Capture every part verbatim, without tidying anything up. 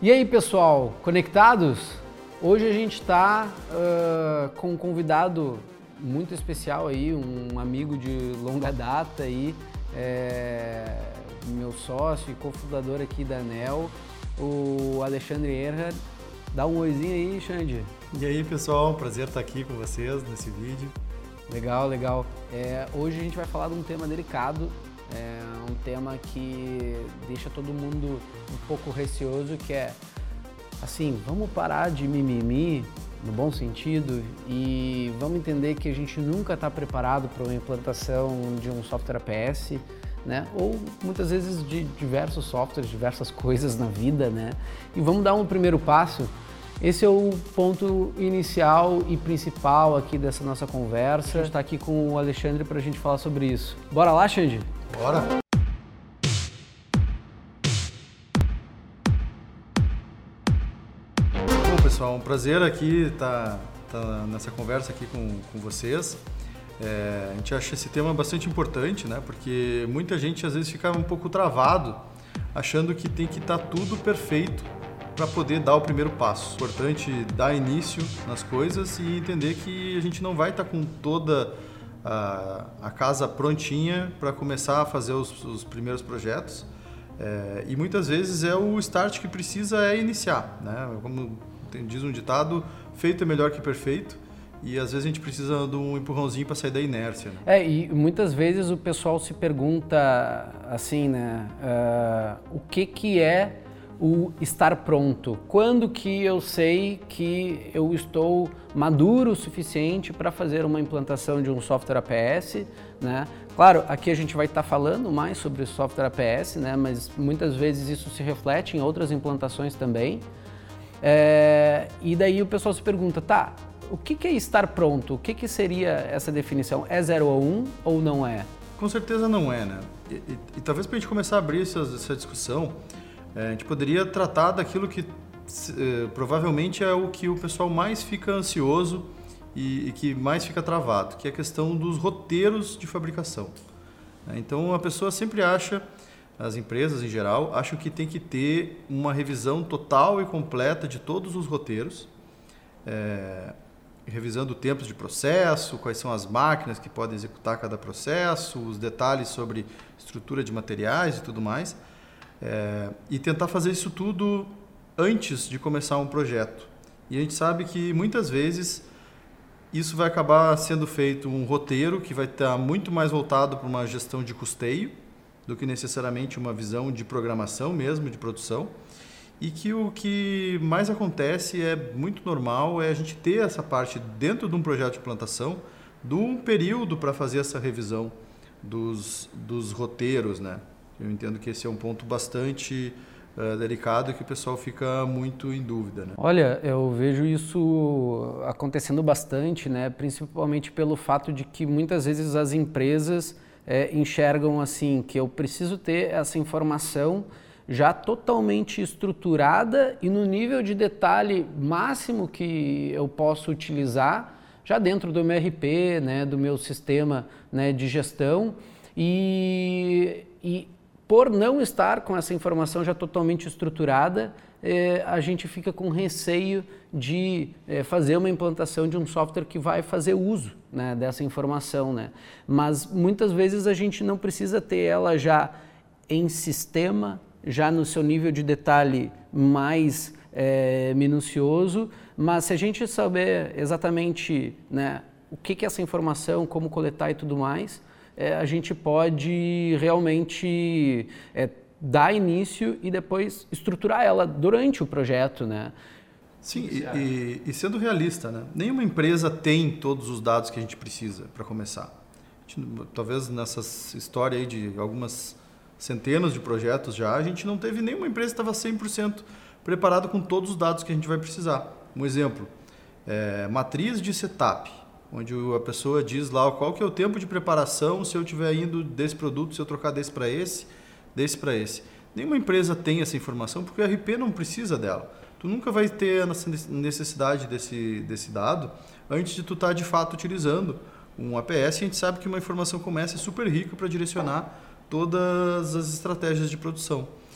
E aí, pessoal, conectados? Hoje a gente está uh, com um convidado muito especial aí, um amigo de longa data aí, é, meu sócio e cofundador aqui da ANEEL, o Alexandre Erhard. Dá um oizinho aí, Xande. E aí, pessoal, prazer estar aqui com vocês nesse vídeo. Legal, legal. É, hoje a gente vai falar de um tema delicado, é um tema que deixa todo mundo um pouco receoso, que é assim, vamos parar de mimimi, no bom sentido, e vamos entender que a gente nunca está preparado para uma implantação de um software A P S, né? Ou muitas vezes de diversos softwares, diversas coisas na vida, né? E vamos dar um primeiro passo. Esse é o ponto inicial e principal aqui dessa nossa conversa. A gente está aqui com o Alexandre para a gente falar sobre isso. Bora lá, Xande? Bora! Bom, pessoal, um prazer aqui estar tá, tá nessa conversa aqui com, com vocês. É, a gente acha esse tema bastante importante, né? Porque muita gente às vezes fica um pouco travado, achando que tem que estar tá tudo perfeito para poder dar o primeiro passo. É importante dar início nas coisas e entender que a gente não vai estar tá com toda a, a casa prontinha para começar a fazer os, os primeiros projetos. É, e muitas vezes é o start que precisa é iniciar, né? Como diz um ditado, feito é melhor que perfeito. E às vezes a gente precisa de um empurrãozinho para sair da inércia. Né? É, e muitas vezes o pessoal se pergunta assim, né? Uh, o que que é o estar pronto? Quando que eu sei que eu estou maduro o suficiente para fazer uma implantação de um software A P S, né? Claro, aqui a gente vai estar tá falando mais sobre software A P S, né? Mas muitas vezes isso se reflete em outras implantações também. É, e daí o pessoal se pergunta, tá, o que que é estar pronto? O que que seria essa definição? É zero a um ou não é? Com certeza não é, né? E, e, e talvez para a gente começar a abrir essa, essa discussão, é, a gente poderia tratar daquilo que é, provavelmente é o que o pessoal mais fica ansioso e, e que mais fica travado, que é a questão dos roteiros de fabricação. Então a pessoa sempre acha, as empresas em geral, acham que tem que ter uma revisão total e completa de todos os roteiros, é, revisando tempos de processo, quais são as máquinas que podem executar cada processo, os detalhes sobre estrutura de materiais e tudo mais, é, e tentar fazer isso tudo antes de começar um projeto. E a gente sabe que muitas vezes isso vai acabar sendo feito um roteiro que vai estar muito mais voltado para uma gestão de custeio do que necessariamente uma visão de programação mesmo, de produção. E que o que mais acontece é muito normal, é a gente ter essa parte dentro de um projeto de implantação, de um período para fazer essa revisão dos, dos roteiros, né? Eu entendo que esse é um ponto bastante uh, delicado e que o pessoal fica muito em dúvida, né? Olha, eu vejo isso acontecendo bastante, né? Principalmente pelo fato de que muitas vezes as empresas é, enxergam assim, que eu preciso ter essa informação já totalmente estruturada e no nível de detalhe máximo que eu posso utilizar já dentro do meu R P, né, do meu sistema, né, de gestão e, e por não estar com essa informação já totalmente estruturada, eh, a gente fica com receio de eh, fazer uma implantação de um software que vai fazer uso, né, dessa informação, né? Mas muitas vezes a gente não precisa ter ela já em sistema, já no seu nível de detalhe mais é, minucioso, mas se a gente saber exatamente, né, o que que é essa informação, como coletar e tudo mais, é, a gente pode realmente é, dar início e depois estruturar ela durante o projeto, né? Sim, e, e, e sendo realista, né? Nenhuma empresa tem todos os dados que a gente precisa para começar. A gente, talvez nessa história aí de algumas centenas de projetos já, a gente não teve nenhuma empresa que estava cem por cento preparada com todos os dados que a gente vai precisar. Um exemplo, é, matriz de setup, onde a pessoa diz lá qual que é o tempo de preparação se eu estiver indo desse produto, se eu trocar desse para esse, desse para esse. Nenhuma empresa tem essa informação porque o R P não precisa dela. Tu nunca vai ter a necessidade desse, desse dado antes de tu estar de fato utilizando um A P S. A gente sabe que uma informação como essa é super rica para direcionar todas as estratégias de produção.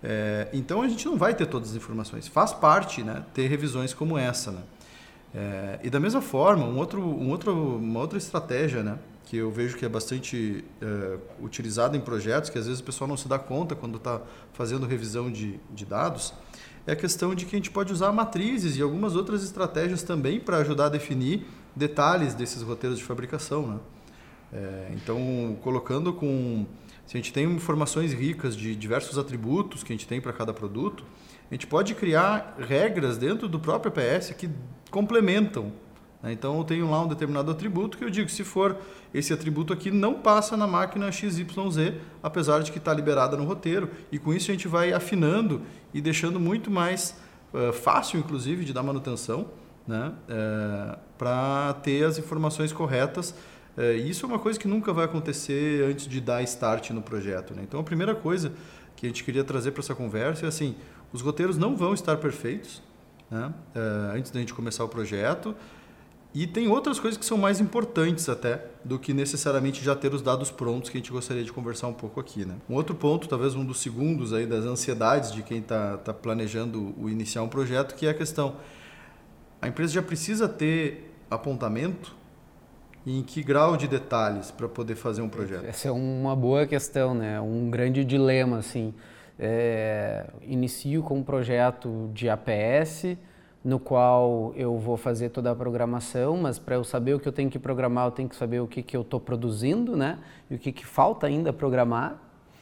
É, então a gente não vai ter todas as informações. Faz parte, né, ter revisões como essa, né? É, e da mesma forma, um outro, um outro, uma outra estratégia, né, que eu vejo que é bastante é, utilizada em projetos, que às vezes o pessoal não se dá conta quando está fazendo revisão de, de dados, é a questão de que a gente pode usar matrizes e algumas outras estratégias também para ajudar a definir detalhes desses roteiros de fabricação, né? É, então, colocando com... Se a gente tem informações ricas de diversos atributos que a gente tem para cada produto, a gente pode criar regras dentro do próprio A P S que complementam, né? Então, eu tenho lá um determinado atributo que eu digo, se for esse atributo aqui, não passa na máquina X Y Z, apesar de que está liberada no roteiro. E com isso a gente vai afinando e deixando muito mais uh, fácil, inclusive, de dar manutenção, né? Uh, para ter as informações corretas. Uh, isso é uma coisa que nunca vai acontecer antes de dar start no projeto, né? Então, a primeira coisa que a gente queria trazer para essa conversa é assim, os roteiros não vão estar perfeitos, né? Uh, antes da gente começar o projeto. E tem outras coisas que são mais importantes até do que necessariamente já ter os dados prontos, que a gente gostaria de conversar um pouco aqui, né? Um outro ponto, talvez um dos segundos aí das ansiedades de quem está tá planejando o iniciar um projeto, que é a questão, a empresa já precisa ter apontamento e em que grau de detalhes para poder fazer um projeto? Essa é uma boa questão, né? Um grande dilema, assim. É, inicio com um projeto de A P S, no qual eu vou fazer toda a programação, mas para eu saber o que eu tenho que programar, eu tenho que saber o que, que eu estou produzindo, né? E o que, que falta ainda programar.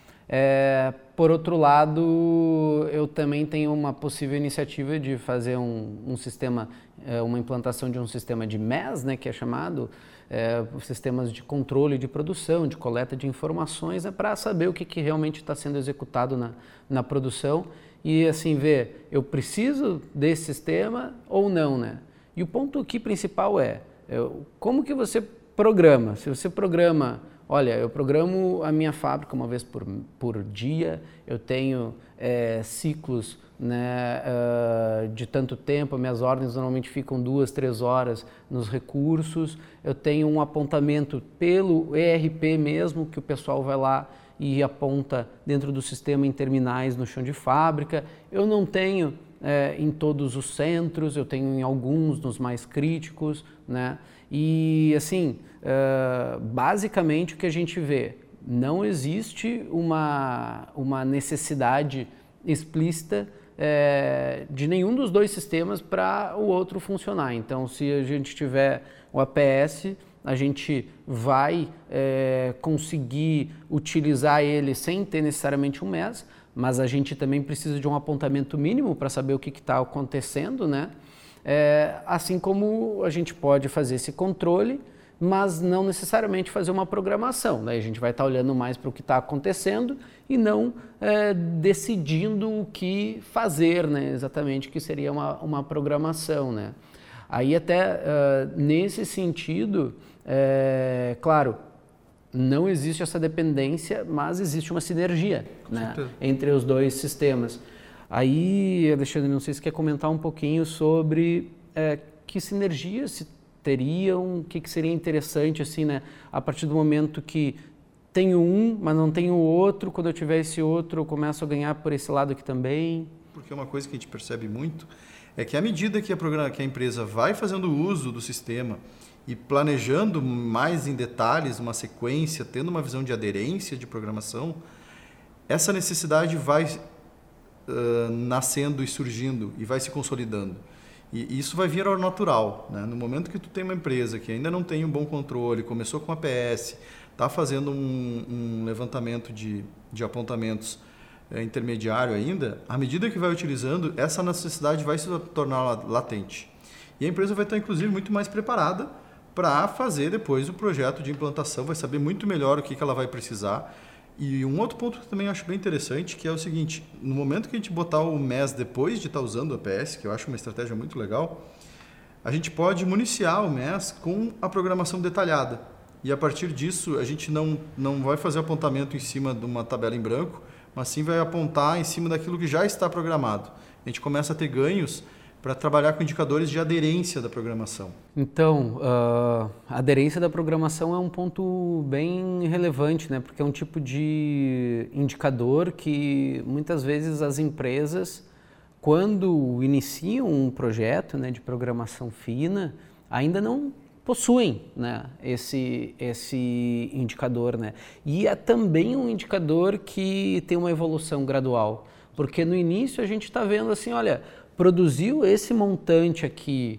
É, por outro lado, eu também tenho uma possível iniciativa de fazer um, um sistema, uma implantação de um sistema de M E S, né, que é chamado, é, sistemas de controle de produção, de coleta de informações, né, para saber o que, que realmente está sendo executado na, na produção e assim ver, eu preciso desse sistema ou não, né? E o ponto aqui principal é, eu, como que você programa? Se você programa, olha, eu programo a minha fábrica uma vez por, por dia, eu tenho é, ciclos, né, uh, de tanto tempo, minhas ordens normalmente ficam duas, três horas nos recursos, eu tenho um apontamento pelo E R P mesmo, que o pessoal vai lá e aponta dentro do sistema em terminais no chão de fábrica, eu não tenho é, em todos os centros, eu tenho em alguns, nos mais críticos, né? E assim, uh, basicamente o que a gente vê, não existe uma, uma necessidade explícita é, de nenhum dos dois sistemas para o outro funcionar. Então, se a gente tiver o A P S, a gente vai é, conseguir utilizar ele sem ter necessariamente um M E S, mas a gente também precisa de um apontamento mínimo para saber o que está acontecendo, né? É, assim como a gente pode fazer esse controle, mas não necessariamente fazer uma programação. Daí a gente vai estar olhando mais para o que está acontecendo e não é, decidindo o que fazer, né? Exatamente, que seria uma, uma programação, né? Aí até uh, nesse sentido, é, claro, não existe essa dependência, mas existe uma sinergia, né, entre os dois sistemas. Aí, Alexandre, não sei se quer comentar um pouquinho sobre é, que sinergias se teriam, o que, que seria interessante, assim, né, a partir do momento que tenho um, mas não tenho o outro, quando eu tiver esse outro, eu começo a ganhar por esse lado aqui também. Porque uma coisa que a gente percebe muito é que à medida que a, programa, que a empresa vai fazendo uso do sistema e planejando mais em detalhes uma sequência, tendo uma visão de aderência de programação, essa necessidade vai uh, nascendo e surgindo e vai se consolidando. E isso vai vir ao natural, né? No momento que tu tem uma empresa que ainda não tem um bom controle, começou com a A P S, está fazendo um, um levantamento de, de apontamentos é, intermediário ainda, à medida que vai utilizando, essa necessidade vai se tornar latente. E a empresa vai estar, inclusive, muito mais preparada para fazer depois o projeto de implantação, vai saber muito melhor o que, que ela vai precisar. E um outro ponto que também acho bem interessante, que é o seguinte, no momento que a gente botar o M E S depois de estar usando o A P S, que eu acho uma estratégia muito legal, a gente pode municiar o M E S com a programação detalhada. E a partir disso, a gente não, não vai fazer apontamento em cima de uma tabela em branco, mas sim vai apontar em cima daquilo que já está programado. A gente começa a ter ganhos para trabalhar com indicadores de aderência da programação? Então, uh, a aderência da programação é um ponto bem relevante, né? Porque é um tipo de indicador que muitas vezes as empresas, quando iniciam um projeto, né, de programação fina, ainda não possuem, né, esse, esse indicador, né? E é também um indicador que tem uma evolução gradual, porque no início a gente está vendo assim, olha, produziu esse montante aqui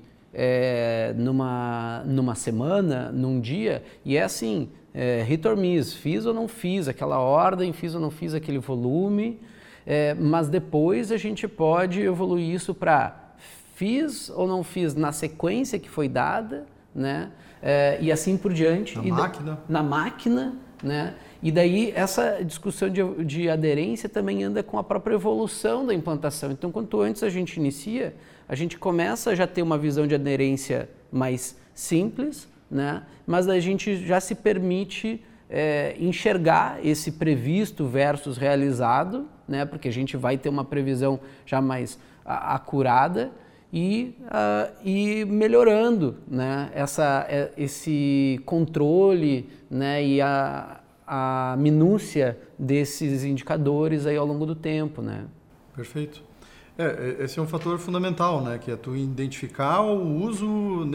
é, numa, numa semana, num dia, e é assim, é, hit or miss, fiz ou não fiz aquela ordem, fiz ou não fiz aquele volume, é, mas depois a gente pode evoluir isso para fiz ou não fiz na sequência que foi dada, né? É, e assim por diante. Na e máquina. Da, na máquina, né? E daí essa discussão de, de aderência também anda com a própria evolução da implantação. Então, quanto antes a gente inicia, a gente começa a já ter uma visão de aderência mais simples, né? Mas a gente já se permite é, enxergar esse previsto versus realizado, né? Porque a gente vai ter uma previsão já mais a, acurada, E, uh, e melhorando, né, essa, esse controle, né, e a, a minúcia desses indicadores aí ao longo do tempo, né? Perfeito. É, esse é um fator fundamental, né, que é tu identificar o uso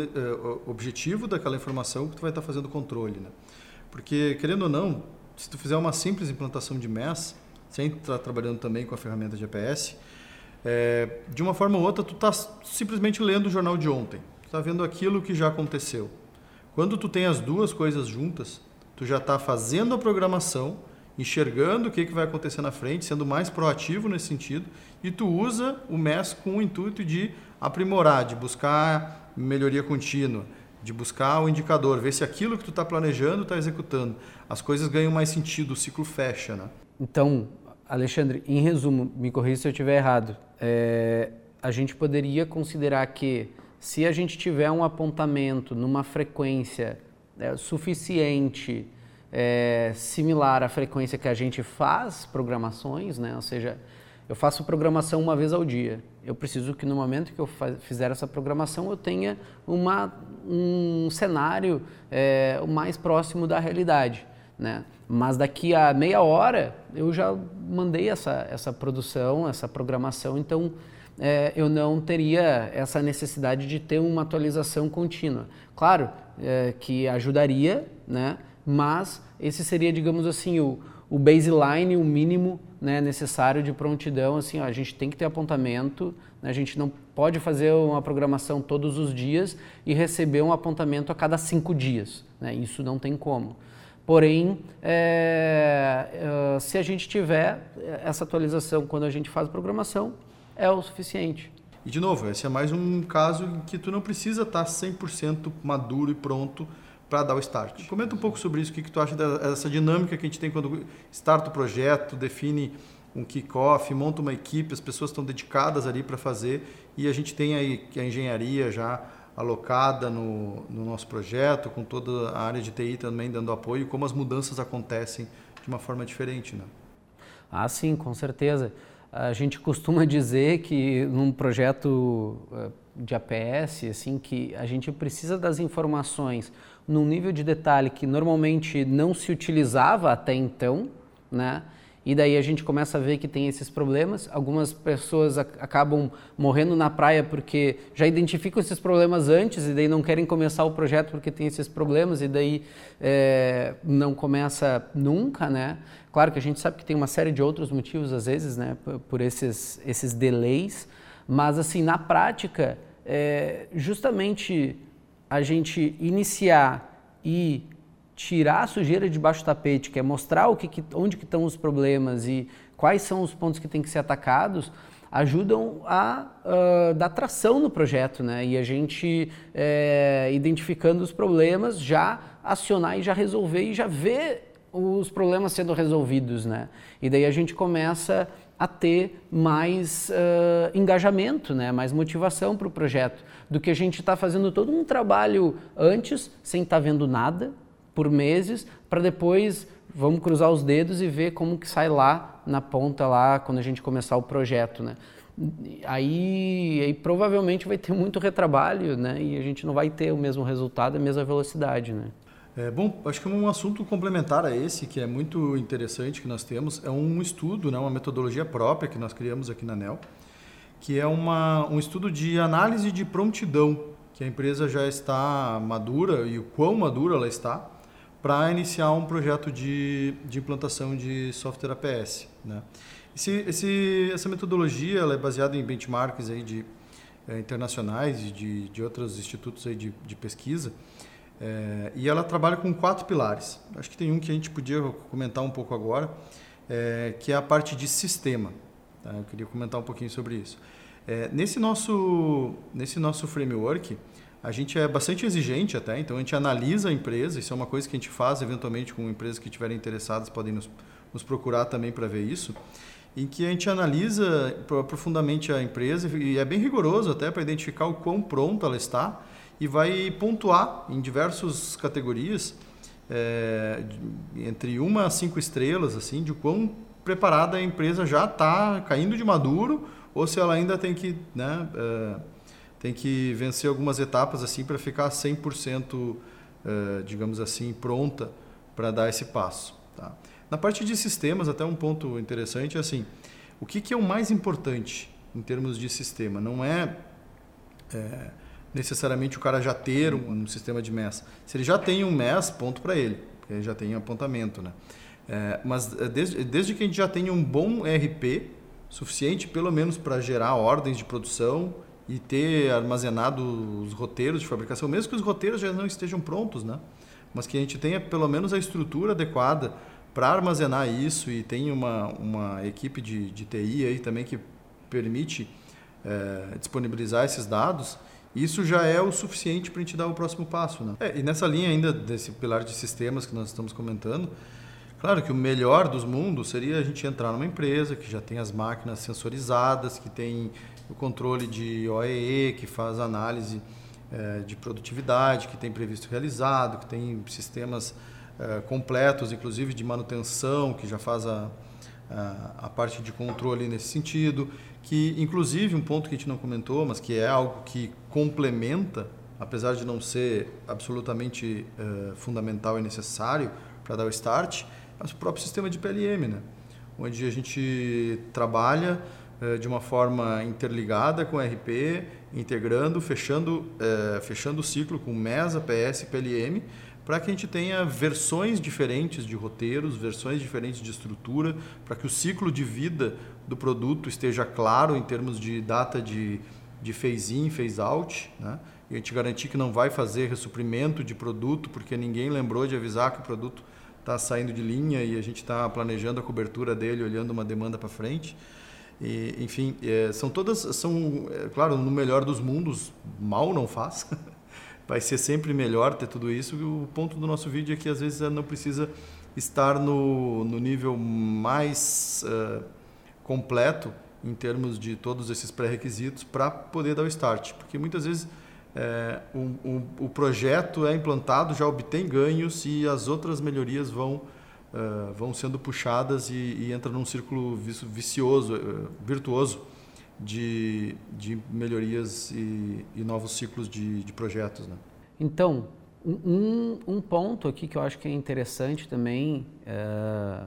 objetivo daquela informação que tu vai estar fazendo controle, né? Porque, querendo ou não, se tu fizer uma simples implantação de M E S, sem estar trabalhando também com a ferramenta G P S, É, de uma forma ou outra, tu está simplesmente lendo o jornal de ontem. Tu está vendo aquilo que já aconteceu. Quando tu tem as duas coisas juntas, tu já está fazendo a programação, enxergando o que, que vai acontecer na frente, sendo mais proativo nesse sentido, e tu usa o M E S com o intuito de aprimorar, de buscar melhoria contínua, de buscar o indicador, ver se aquilo que tu está planejando está executando. As coisas ganham mais sentido, o ciclo fecha, né? Então, Alexandre, em resumo, me corrija se eu estiver errado, é, a gente poderia considerar que se a gente tiver um apontamento numa frequência é, suficiente, é, similar à frequência que a gente faz programações, né? Ou seja, eu faço programação uma vez ao dia, eu preciso que no momento que eu fizer essa programação eu tenha uma, um cenário é, o mais próximo da realidade, né? Mas daqui a meia hora eu já mandei essa, essa produção, essa programação, então é, eu não teria essa necessidade de ter uma atualização contínua. Claro é, que ajudaria, né? Mas esse seria, digamos assim, o, o baseline, o mínimo, né, necessário de prontidão. Assim, ó, a gente tem que ter apontamento, né? A gente não pode fazer uma programação todos os dias e receber um apontamento a cada cinco dias, né? Isso não tem como. Porém, é, é, se a gente tiver essa atualização quando a gente faz a programação, é o suficiente. E, de novo, esse é mais um caso em que tu não precisa estar cem por cento maduro e pronto para dar o start. Comenta um pouco sobre isso, o que, que tu acha dessa dinâmica que a gente tem quando starta o projeto, define um kick-off, monta uma equipe, as pessoas estão dedicadas ali para fazer e a gente tem aí a engenharia já alocada no, no nosso projeto, com toda a área de T I também dando apoio, como as mudanças acontecem de uma forma diferente, né? Ah, sim, com certeza. A gente costuma dizer que num projeto de A P S, assim, que a gente precisa das informações num nível de detalhe que normalmente não se utilizava até então, né? E daí a gente começa a ver que tem esses problemas. Algumas pessoas acabam morrendo na praia porque já identificam esses problemas antes e daí não querem começar o projeto porque tem esses problemas e daí é, não começa nunca, né? Claro que a gente sabe que tem uma série de outros motivos às vezes, né? Por, por esses, esses delays, mas assim, na prática, é, justamente a gente iniciar e tirar a sujeira debaixo do tapete, que é mostrar o que, que, onde que estão os problemas e quais são os pontos que têm que ser atacados, ajudam a uh, dar tração no projeto, né? E a gente, é, identificando os problemas, já acionar e já resolver e já ver os problemas sendo resolvidos, né? E daí a gente começa a ter mais uh, engajamento, né? Mais motivação para o projeto, do que a gente está fazendo todo um trabalho antes, sem estar vendo nada, por meses, para depois vamos cruzar os dedos e ver como que sai lá na ponta, lá quando a gente começar o projeto, né? aí, aí provavelmente vai ter muito retrabalho, né? E a gente não vai ter o mesmo resultado, a mesma velocidade, né? É, bom, acho que um assunto complementar a esse, que é muito interessante que nós temos, é um estudo, né, uma metodologia própria que nós criamos aqui na A N E L, que é uma, um estudo de análise de prontidão, que a empresa já está madura e o quão madura ela está para iniciar um projeto de, de implantação de software A P S. Né? Esse, esse, essa metodologia ela é baseada em benchmarks aí de, é, internacionais e de, de outros institutos aí de, de pesquisa, é, e ela trabalha com quatro pilares. Acho que tem um que a gente podia comentar um pouco agora, é, que é a parte de sistema. Tá? Eu queria comentar um pouquinho sobre isso. É, nesse, nosso, nesse nosso framework, a gente é bastante exigente até, então a gente analisa a empresa, isso é uma coisa que a gente faz eventualmente com empresas que estiverem interessadas, podem nos, nos procurar também para ver isso, em que a gente analisa profundamente a empresa e é bem rigoroso até para identificar o quão pronta ela está e vai pontuar em diversas categorias, é, entre uma a cinco estrelas, assim, de quão preparada a empresa já está caindo de maduro ou se ela ainda tem que, né, é, tem que vencer algumas etapas assim para ficar cem por cento, é, digamos assim, pronta para dar esse passo. Tá? Na parte de sistemas, até um ponto interessante é assim, o que, que é o mais importante em termos de sistema? Não é, é necessariamente o cara já ter um, um sistema de M E S. Se ele já tem um M E S, ponto para ele, porque ele já tem apontamento. Né? É, mas desde, desde que a gente já tenha um bom E R P, suficiente pelo menos para gerar ordens de produção e ter armazenado os roteiros de fabricação, mesmo que os roteiros já não estejam prontos, né? Mas que a gente tenha pelo menos a estrutura adequada para armazenar isso e tem uma, uma equipe de, de T I aí também que permite é, disponibilizar esses dados, isso já é o suficiente para a gente dar o próximo passo. Né? É, e nessa linha ainda desse pilar de sistemas que nós estamos comentando, claro que o melhor dos mundos seria a gente entrar numa empresa que já tem as máquinas sensorizadas, que tem o controle de O E E, que faz análise é, de produtividade, que tem previsto realizado, que tem sistemas é, completos, inclusive de manutenção, que já faz a, a, a parte de controle nesse sentido, que inclusive um ponto que a gente não comentou, mas que é algo que complementa, apesar de não ser absolutamente é, fundamental e necessário para dar o start, é o próprio sistema de P L M, né? Onde a gente trabalha é, de uma forma interligada com o R P, integrando, fechando, é, fechando o ciclo com M E S, A P S e P L M, para que a gente tenha versões diferentes de roteiros, versões diferentes de estrutura, para que o ciclo de vida do produto esteja claro em termos de data de, de phase-in, phase-out, né? E a gente garantir que não vai fazer ressuprimento de produto, porque ninguém lembrou de avisar que o produto está saindo de linha e a gente está planejando a cobertura dele, olhando uma demanda para frente. E, enfim, é, são todas, são, é, claro, no melhor dos mundos, mal não faz. Vai ser sempre melhor ter tudo isso. O ponto do nosso vídeo é que às vezes não precisa estar no, no nível mais uh, completo em termos de todos esses pré-requisitos para poder dar o start. Porque muitas vezes É, o, o, o projeto é implantado, já obtém ganhos e as outras melhorias vão, uh, vão sendo puxadas e, e entra num círculo vicioso, uh, virtuoso de, de melhorias e, e novos ciclos de, de projetos. Né? Então, um, um ponto aqui que eu acho que é interessante também, é,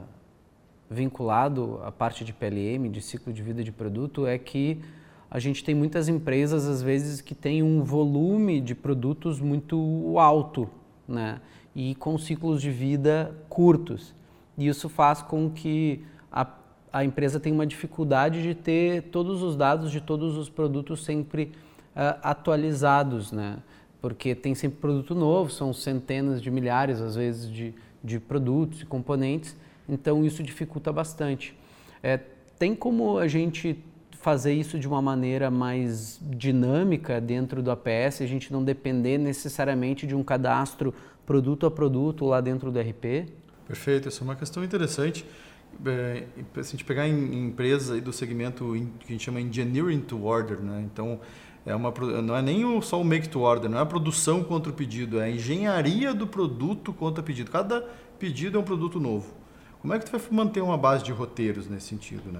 vinculado à parte de P L M, de ciclo de vida de produto, é que a gente tem muitas empresas, às vezes, que têm um volume de produtos muito alto, né? E com ciclos de vida curtos. E isso faz com que a, a empresa tenha uma dificuldade de ter todos os dados de todos os produtos sempre uh, atualizados, né? Porque tem sempre produto novo, são centenas de milhares, às vezes, de, de produtos e componentes, então isso dificulta bastante. É, tem como a gente fazer isso de uma maneira mais dinâmica dentro do A P S, a gente não depender necessariamente de um cadastro produto a produto lá dentro do R P? Perfeito, essa é uma questão interessante. É, se a gente pegar em empresas aí do segmento que a gente chama Engineering to Order, né? Então, é uma, não é nem o, só o Make to Order, não é a produção contra o pedido, é a engenharia do produto contra o pedido. Cada pedido é um produto novo. Como é que tu vai manter uma base de roteiros nesse sentido, né?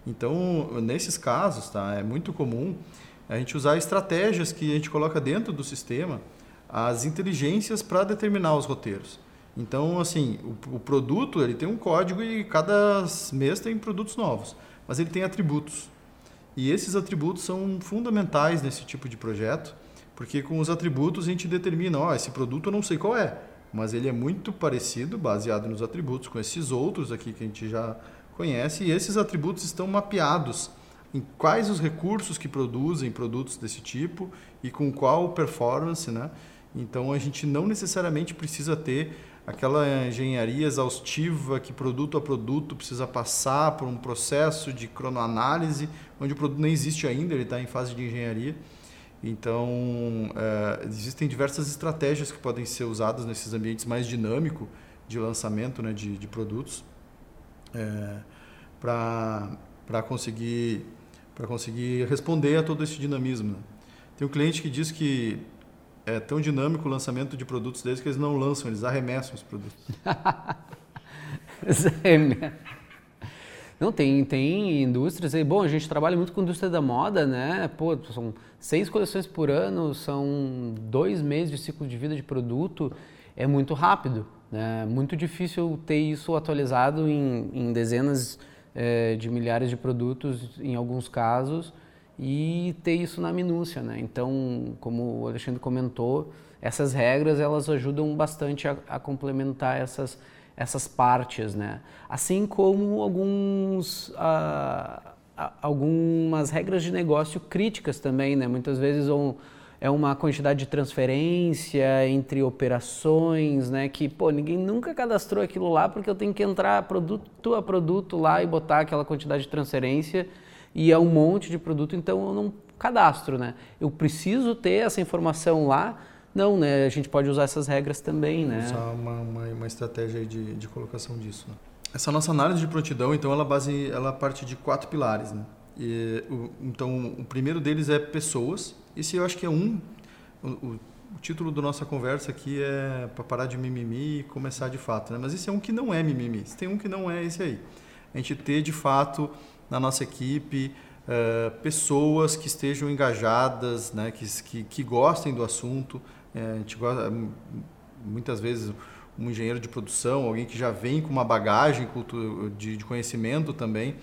Então, nesses casos, tá, é muito comum a gente usar estratégias que a gente coloca dentro do sistema, as inteligências para determinar os roteiros. Então, assim, o, o produto ele tem um código e cada mês tem produtos novos, mas ele tem atributos. E esses atributos são fundamentais nesse tipo de projeto, porque com os atributos a gente determina, ó, esse produto eu não sei qual é, mas ele é muito parecido, baseado nos atributos, com esses outros aqui que a gente já conhece, e esses atributos estão mapeados em quais os recursos que produzem produtos desse tipo e com qual performance, né? Então, a gente não necessariamente precisa ter aquela engenharia exaustiva que produto a produto precisa passar por um processo de cronoanálise, onde o produto nem existe ainda, ele está em fase de engenharia. Então, é, existem diversas estratégias que podem ser usadas nesses ambientes mais dinâmicos de lançamento, né, de, de produtos, é, para conseguir, para conseguir responder a todo esse dinamismo, né? Tem um cliente que diz que é tão dinâmico o lançamento de produtos deles que eles não lançam, eles arremessam os produtos. Não, tem, tem indústrias, e, bom, a gente trabalha muito com a indústria da moda, né? Pô, são seis coleções por ano, são dois meses de ciclo de vida de produto, é muito rápido, né? Muito difícil ter isso atualizado em, em dezenas é, de milhares de produtos, em alguns casos, e ter isso na minúcia, né? Então, como o Alexandre comentou, essas regras elas ajudam bastante a, a complementar essas, essas partes, né? Assim como alguns, ah, algumas regras de negócio críticas também, né? Muitas vezes um, é uma quantidade de transferência entre operações, né? Que, pô, ninguém nunca cadastrou aquilo lá porque eu tenho que entrar produto a produto lá e botar aquela quantidade de transferência e é um monte de produto, então eu não cadastro, né? Eu preciso ter essa informação lá. Não, né? A gente pode usar essas regras também, né? Usar uma, uma, uma estratégia aí de, de colocação disso, né? Essa nossa análise de prontidão, então, ela, base, ela parte de quatro pilares, né? E, o, então, o primeiro deles é pessoas. Esse eu acho que é um... O, o, o título da nossa conversa aqui é para parar de mimimi e começar de fato, né? Mas esse é um que não é mimimi. Tem um que não é esse aí. A gente ter, de fato, na nossa equipe, uh, pessoas que estejam engajadas, né? que, que, que gostem do assunto. É, a gente gosta, muitas vezes, um engenheiro de produção, alguém que já vem com uma bagagem de, de conhecimento também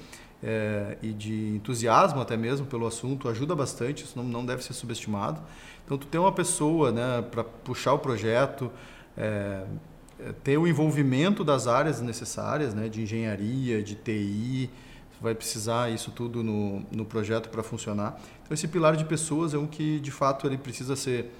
é, e de entusiasmo até mesmo pelo assunto, ajuda bastante, isso não, não deve ser subestimado. Então, tu ter uma pessoa, né, para puxar o projeto, é, ter o envolvimento das áreas necessárias, né, de engenharia, de T I, vai precisar isso tudo no, no projeto para funcionar. Então, esse pilar de pessoas é um que, de fato, ele precisa ser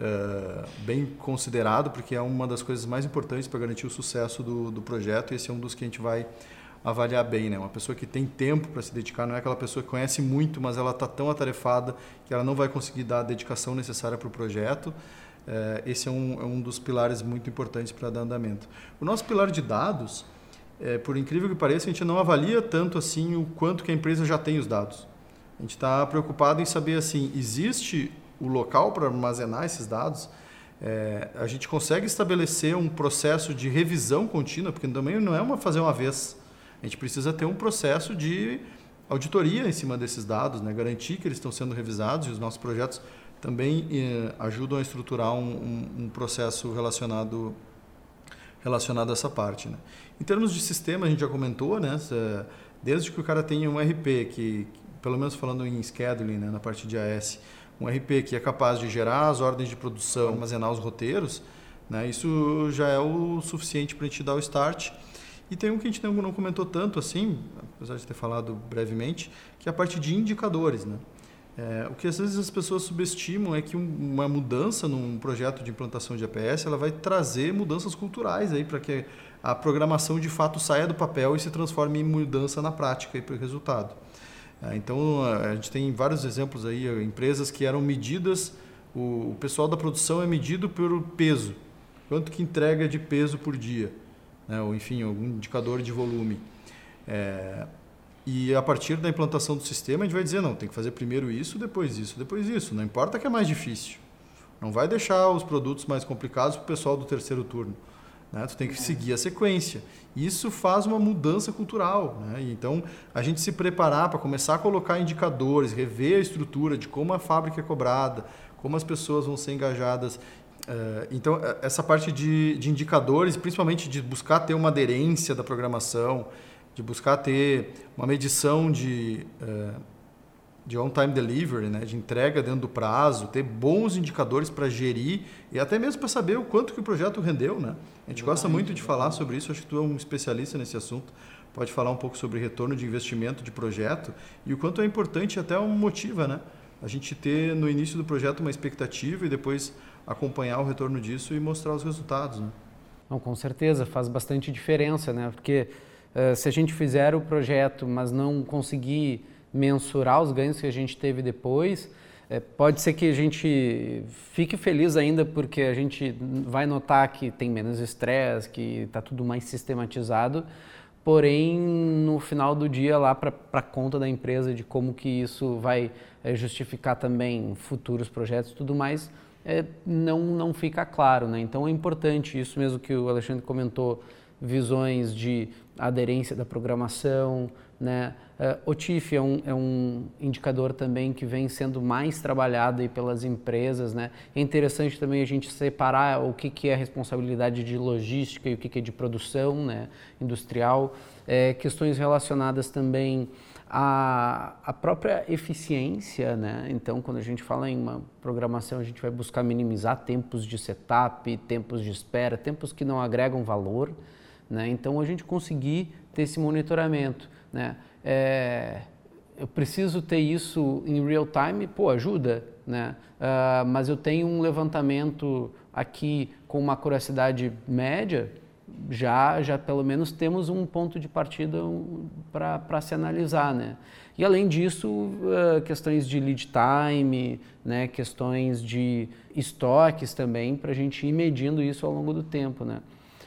Uh, bem considerado, porque é uma das coisas mais importantes para garantir o sucesso do, do projeto, e esse é um dos que a gente vai avaliar bem, né? Uma pessoa que tem tempo para se dedicar, não é aquela pessoa que conhece muito, mas ela está tão atarefada que ela não vai conseguir dar a dedicação necessária para o projeto. Uh, esse é um, é um dos pilares muito importantes para dar andamento. O nosso pilar de dados, é, por incrível que pareça, a gente não avalia tanto assim o quanto que a empresa já tem os dados. A gente está preocupado em saber, assim, existe o local para armazenar esses dados, é, a gente consegue estabelecer um processo de revisão contínua, porque também não é uma fazer uma vez. A gente precisa ter um processo de auditoria em cima desses dados, né? Garantir que eles estão sendo revisados, e os nossos projetos também eh, ajudam a estruturar um, um, um processo relacionado, relacionado a essa parte, né? Em termos de sistema, a gente já comentou, né? Desde que o cara tenha um R P, que, pelo menos falando em scheduling, né? Na parte de A S, um R P que é capaz de gerar as ordens de produção, armazenar os roteiros, né? Isso já é o suficiente para a gente dar o start. E tem um que a gente não comentou tanto assim, apesar de ter falado brevemente, que é a parte de indicadores, né? É, o que às vezes as pessoas subestimam é que um, uma mudança num projeto de implantação de A P S ela vai trazer mudanças culturais aí para que a programação de fato saia do papel e se transforme em mudança na prática para o resultado. Então, a gente tem vários exemplos aí, empresas que eram medidas, o pessoal da produção é medido pelo peso, quanto que entrega de peso por dia, né? Ou enfim, algum indicador de volume. É, e a partir da implantação do sistema, a gente vai dizer, não, tem que fazer primeiro isso, depois isso, depois isso, não importa que é mais difícil. Não vai deixar os produtos mais complicados para o pessoal do terceiro turno. né? Tu tem que seguir a sequência. Isso faz uma mudança cultural, né? Então, a gente se preparar para começar a colocar indicadores, rever a estrutura de como a fábrica é cobrada, como as pessoas vão ser engajadas. Então, essa parte de, de indicadores, principalmente de buscar ter uma aderência da programação, de buscar ter uma medição de, de on-time delivery, né? De entrega dentro do prazo, ter bons indicadores para gerir e até mesmo para saber o quanto que o projeto rendeu, né? A gente gosta muito de falar sobre isso, acho que tu é um especialista nesse assunto, pode falar um pouco sobre retorno de investimento de projeto e o quanto é importante, até um motiva, né? A gente ter no início do projeto uma expectativa e depois acompanhar o retorno disso e mostrar os resultados, né? Não, com certeza, faz bastante diferença, né? Porque uh, se a gente fizer o projeto, mas não conseguir mensurar os ganhos que a gente teve depois, é, pode ser que a gente fique feliz ainda porque a gente vai notar que tem menos estresse, que está tudo mais sistematizado, porém no final do dia lá para a conta da empresa de como que isso vai é, justificar também futuros projetos e tudo mais, é, não, não fica claro, né? Então é importante isso mesmo que o Alexandre comentou, visões de aderência da programação, né? Uh, o T I F é um, é um indicador também que vem sendo mais trabalhado aí pelas empresas, né? É interessante também a gente separar o que, que é responsabilidade de logística e o que, que é de produção, né? Industrial, é, questões relacionadas também à, à própria eficiência, né? Então, quando a gente fala em uma programação, a gente vai buscar minimizar tempos de setup, tempos de espera, tempos que não agregam valor, né? Então, a gente conseguir ter esse monitoramento, né? É, eu preciso ter isso em real time, pô, ajuda, né? Uh, mas eu tenho um levantamento aqui com uma curiosidade média, já, já pelo menos temos um ponto de partida para se analisar, né? E além disso, uh, questões de lead time, né? Questões de estoques também, para a gente ir medindo isso ao longo do tempo, né?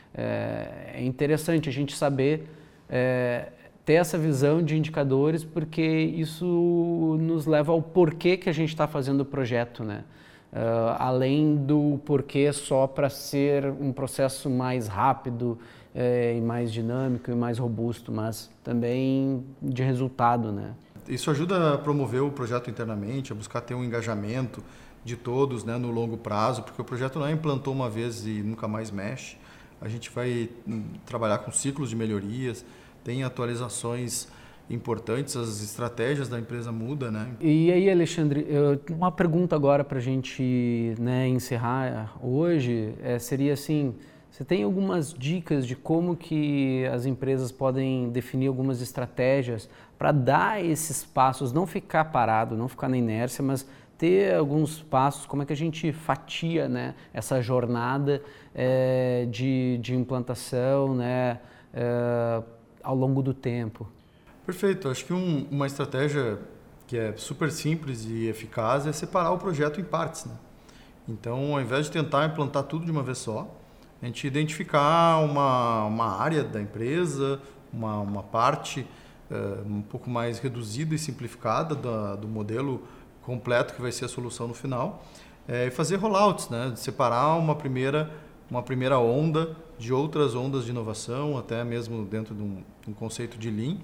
É, é interessante a gente saber é, ter essa visão de indicadores, porque isso nos leva ao porquê que a gente está fazendo o projeto, né? Uh, além do porquê só para ser um processo mais rápido é, e mais dinâmico e mais robusto, mas também de resultado, né? Isso ajuda a promover o projeto internamente, a buscar ter um engajamento de todos, né, no longo prazo, porque o projeto não é implantou uma vez e nunca mais mexe. A gente vai trabalhar com ciclos de melhorias, tem atualizações importantes, as estratégias da empresa mudam, né? E aí, Alexandre, eu, uma pergunta agora para a gente, né, encerrar hoje, é, seria assim, você tem algumas dicas de como que as empresas podem definir algumas estratégias para dar esses passos, não ficar parado, não ficar na inércia, mas ter alguns passos, como é que a gente fatia, né, essa jornada é, de, de implantação, né, é, ao longo do tempo? Perfeito. Acho que um, uma estratégia que é super simples e eficaz é separar o projeto em partes, né? Então, ao invés de tentar implantar tudo de uma vez só, a gente identificar uma, uma área da empresa, uma, uma parte uh, um pouco mais reduzida e simplificada da, do modelo completo que vai ser a solução no final, é, e fazer rollouts, né? Separar uma primeira, uma primeira onda de outras ondas de inovação, até mesmo dentro de um, de um conceito de Lean.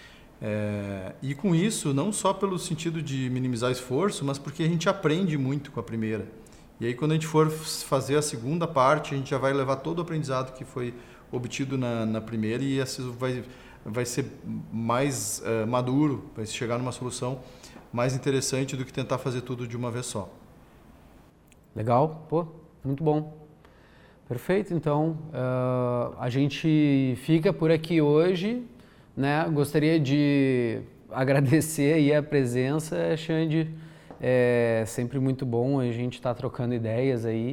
É, e com isso, não só pelo sentido de minimizar esforço, mas porque a gente aprende muito com a primeira. E aí, quando a gente for fazer a segunda parte, a gente já vai levar todo o aprendizado que foi obtido na, na primeira e assim vai, vai ser mais uh, maduro, vai chegar numa solução mais interessante do que tentar fazer tudo de uma vez só. Legal, pô, muito bom. Perfeito, então uh, a gente fica por aqui hoje, né? Gostaria de agradecer aí a presença, Xande, é sempre muito bom a gente estar tá trocando ideias aí,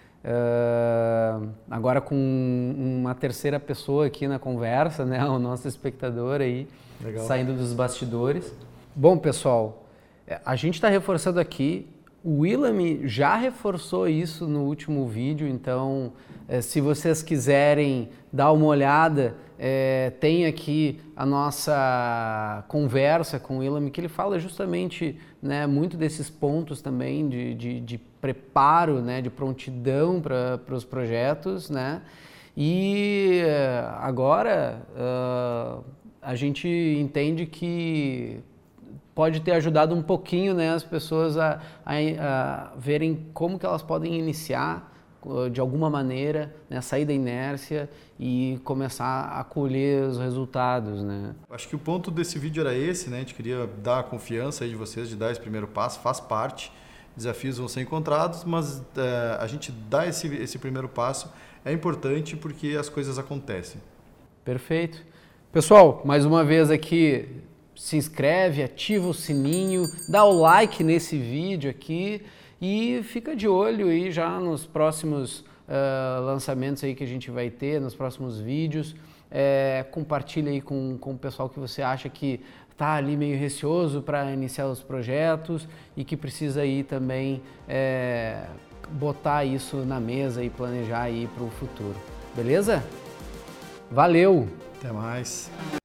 uh, agora com uma terceira pessoa aqui na conversa, né? O nosso espectador aí, Legal. Saindo dos bastidores. Bom, pessoal, a gente está reforçando aqui. O Willam já reforçou isso no último vídeo, então eh, se vocês quiserem dar uma olhada, eh, tem aqui a nossa conversa com o Willam, que ele fala justamente, né, muito desses pontos também de, de, de preparo, né, de prontidão para os projetos, né? E agora uh, a gente entende que pode ter ajudado um pouquinho, né, as pessoas a, a, a verem como que elas podem iniciar de alguma maneira, né, sair da inércia e começar a colher os resultados, né? Acho que o ponto desse vídeo era esse, né? A gente queria dar a confiança aí de vocês de dar esse primeiro passo, faz parte, desafios vão ser encontrados, mas uh, a gente dar esse, esse primeiro passo é importante porque as coisas acontecem. Perfeito. Pessoal, mais uma vez aqui, se inscreve, ativa o sininho, dá o like nesse vídeo aqui e fica de olho aí já nos próximos uh, lançamentos aí que a gente vai ter, nos próximos vídeos. É, compartilha aí com, com o pessoal que você acha que está ali meio receoso para iniciar os projetos e que precisa aí também é, botar isso na mesa e planejar aí para o futuro. Beleza? Valeu! Até mais!